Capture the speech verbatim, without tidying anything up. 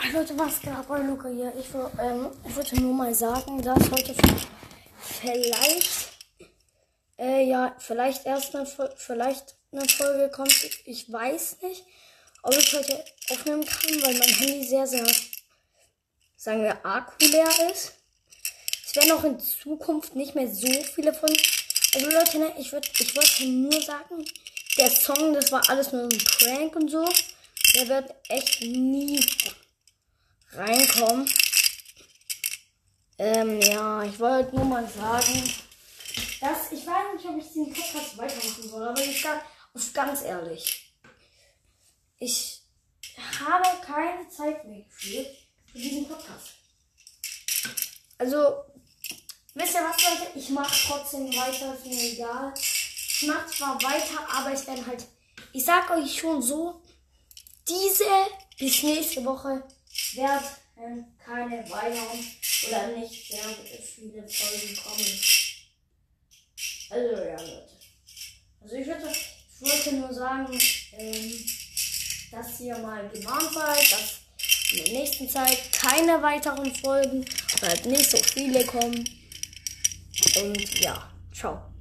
Leute, was geht ab? Luca hier. Ich, ähm, ich wollte nur mal sagen, dass heute vielleicht, äh, ja, vielleicht erst eine, vielleicht eine Folge kommt. Ich weiß nicht, ob ich heute aufnehmen kann, weil mein Handy sehr, sehr, sagen wir, Akku leer ist. Es werden auch in Zukunft nicht mehr so viele von. Also Leute, ne, ich würde, ich wollte nur sagen, der Song, das war alles nur ein Prank und so. Der wird echt nie reinkommen. Ähm, ja, ich wollte nur mal sagen, dass ich weiß nicht, ob ich diesen Podcast weitermachen soll, aber ich sag ganz ehrlich, ich habe keine Zeit mehr gefühlt für diesen Podcast. Also, wisst ihr was, Leute? Ich mache trotzdem weiter, ist mir egal. Ich mache zwar weiter, aber es werden halt, ich sag euch schon so, diese bis nächste Woche werden keine weiteren oder nicht sehr viele Folgen kommen. Also ja, Leute. Also ich, würde, ich wollte nur sagen, ähm, dass ihr mal gewarnt seid, dass in der nächsten Zeit keine weiteren Folgen oder nicht so viele kommen. Und ja, ciao.